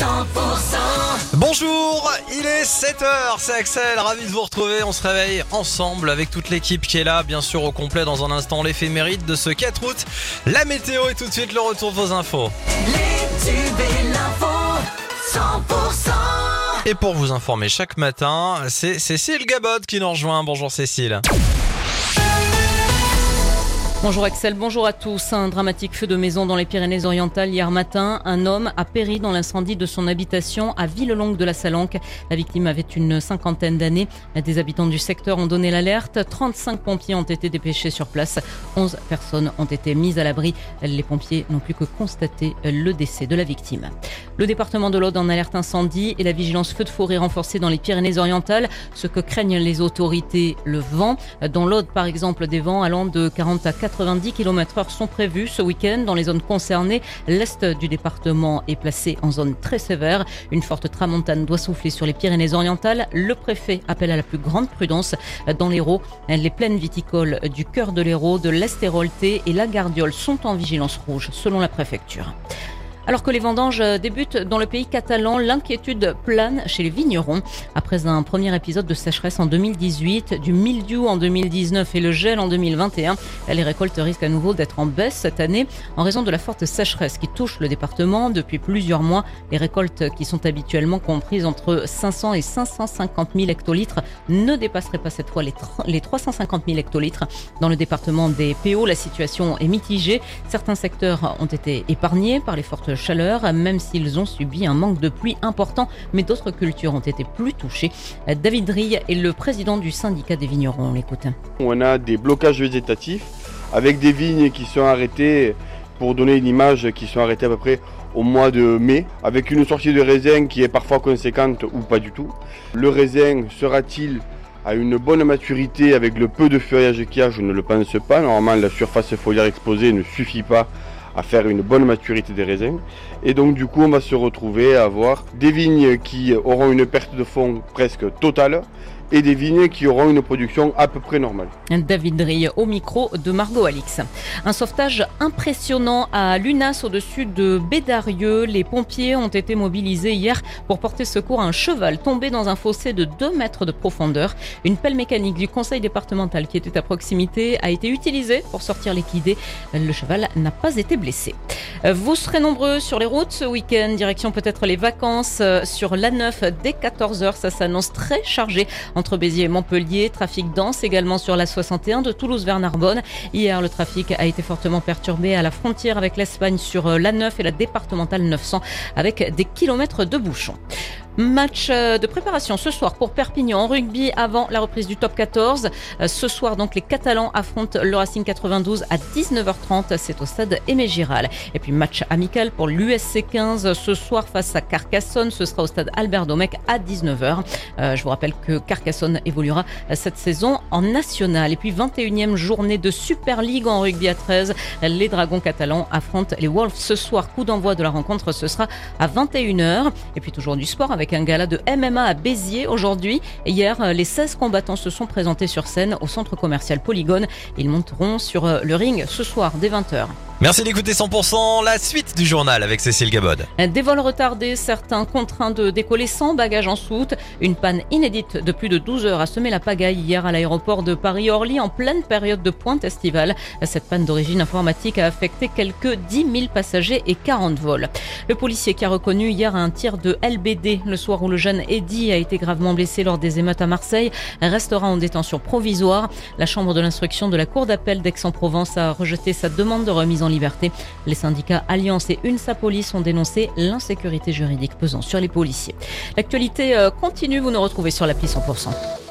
Bonjour, il est 7h, c'est Axel, ravi de vous retrouver. On se réveille ensemble avec toute l'équipe qui est là, bien sûr au complet dans un instant l'éphéméride de ce 4 août. La météo et tout de suite le retour de vos infos. Les tubes et l'info, 100%. Et pour vous informer chaque matin, c'est Cécile Gabod qui nous rejoint. Bonjour Cécile. Bonjour Axel, bonjour à tous. Un dramatique feu de maison dans les Pyrénées-Orientales hier matin. Un homme a péri dans l'incendie de son habitation à Villelongue de la Salanque. La victime avait une cinquantaine d'années. Des habitants du secteur ont donné l'alerte. 35 pompiers ont été dépêchés sur place. 11 personnes ont été mises à l'abri. Les pompiers n'ont pu que constater le décès de la victime. Le département de l'Aude en alerte incendie et la vigilance feu de forêt renforcée dans les Pyrénées-Orientales. Ce que craignent les autorités, le vent. Dans l'Aude, par exemple, des vents allant de 40 à 90 km/h sont prévus ce week-end dans les zones concernées. L'est du département est placé en zone très sévère. Une forte tramontane doit souffler sur les Pyrénées-Orientales. Le préfet appelle à la plus grande prudence dans l'Hérault. Les plaines viticoles du cœur de l'Hérault, de l'Estérolté et la Gardiole sont en vigilance rouge selon la préfecture. Alors que les vendanges débutent dans le pays catalan, l'inquiétude plane chez les vignerons. Après un premier épisode de sécheresse en 2018, du mildiou en 2019 et le gel en 2021, les récoltes risquent à nouveau d'être en baisse cette année en raison de la forte sécheresse qui touche le département depuis plusieurs mois. Les récoltes qui sont habituellement comprises entre 500 et 550 000 hectolitres ne dépasseraient pas cette fois les 350 000 hectolitres. Dans le département des PO, la situation est mitigée. Certains secteurs ont été épargnés par les fortes chaleur, même s'ils ont subi un manque de pluie important, mais d'autres cultures ont été plus touchées. David Rille est le président du syndicat des vignerons, on l'écoute. On a des blocages végétatifs avec des vignes qui sont arrêtées, pour donner une image, qui sont arrêtées à peu près au mois de mai, avec une sortie de raisin qui est parfois conséquente ou pas du tout. Le raisin sera-t-il à une bonne maturité avec le peu de feuillage qu'il y a? Je ne le pense pas. Normalement, la surface foliaire exposée ne suffit pas à faire une bonne maturité des raisins. Et donc du coup on va se retrouver à avoir des vignes qui auront une perte de fond presque totale et des vignes qui auront une production à peu près normale. David Rille au micro de Margot Alix. Un sauvetage impressionnant à Lunas au-dessus de Bédarieux. Les pompiers ont été mobilisés hier pour porter secours à un cheval tombé dans un fossé de 2 mètres de profondeur. Une pelle mécanique du conseil départemental qui était à proximité a été utilisée pour sortir l'équidé. Le cheval n'a pas été blessé. Vous serez nombreux sur les routes ce week-end. Direction peut-être les vacances sur l'A9 dès 14h. Ça s'annonce très chargé entre Béziers et Montpellier. Trafic dense également sur la 61 de Toulouse vers Narbonne. Hier, le trafic a été fortement perturbé à la frontière avec l'Espagne sur l'A9 et la départementale 900 avec des kilomètres de bouchons. Match de préparation ce soir pour Perpignan en rugby avant la reprise du top 14. Ce soir, donc, les Catalans affrontent le Racing 92 à 19h30. C'est au stade Aimé Giral. Et puis, match amical pour l'USC 15 ce soir face à Carcassonne. Ce sera au stade Albert Domecq à 19h. Je vous rappelle que Carcassonne évoluera cette saison en national. Et puis, 21e journée de Super League en rugby à 13. Les Dragons catalans affrontent les Wolves ce soir. Coup d'envoi de la rencontre, ce sera à 21h. Et puis, toujours du sport avec un gala de MMA à Béziers aujourd'hui. Hier, les 16 combattants se sont présentés sur scène au centre commercial Polygone. Ils monteront sur le ring ce soir dès 20h. Merci d'écouter 100%, la suite du journal avec Cécile Gabod. Des vols retardés, certains contraints de décoller sans bagages en soute. Une panne inédite de plus de 12 heures a semé la pagaille hier à l'aéroport de Paris-Orly en pleine période de pointe estivale. Cette panne d'origine informatique a affecté quelques 10 000 passagers et 40 vols. Le policier qui a reconnu hier un tir de LBD le soir où le jeune Eddy a été gravement blessé lors des émeutes à Marseille restera en détention provisoire. La chambre de l'instruction de la cour d'appel d'Aix-en-Provence a rejeté sa demande de remise en liberté. Les syndicats Alliance et UNSA Police ont dénoncé l'insécurité juridique pesant sur les policiers. L'actualité continue, vous nous retrouvez sur l'appli 100%.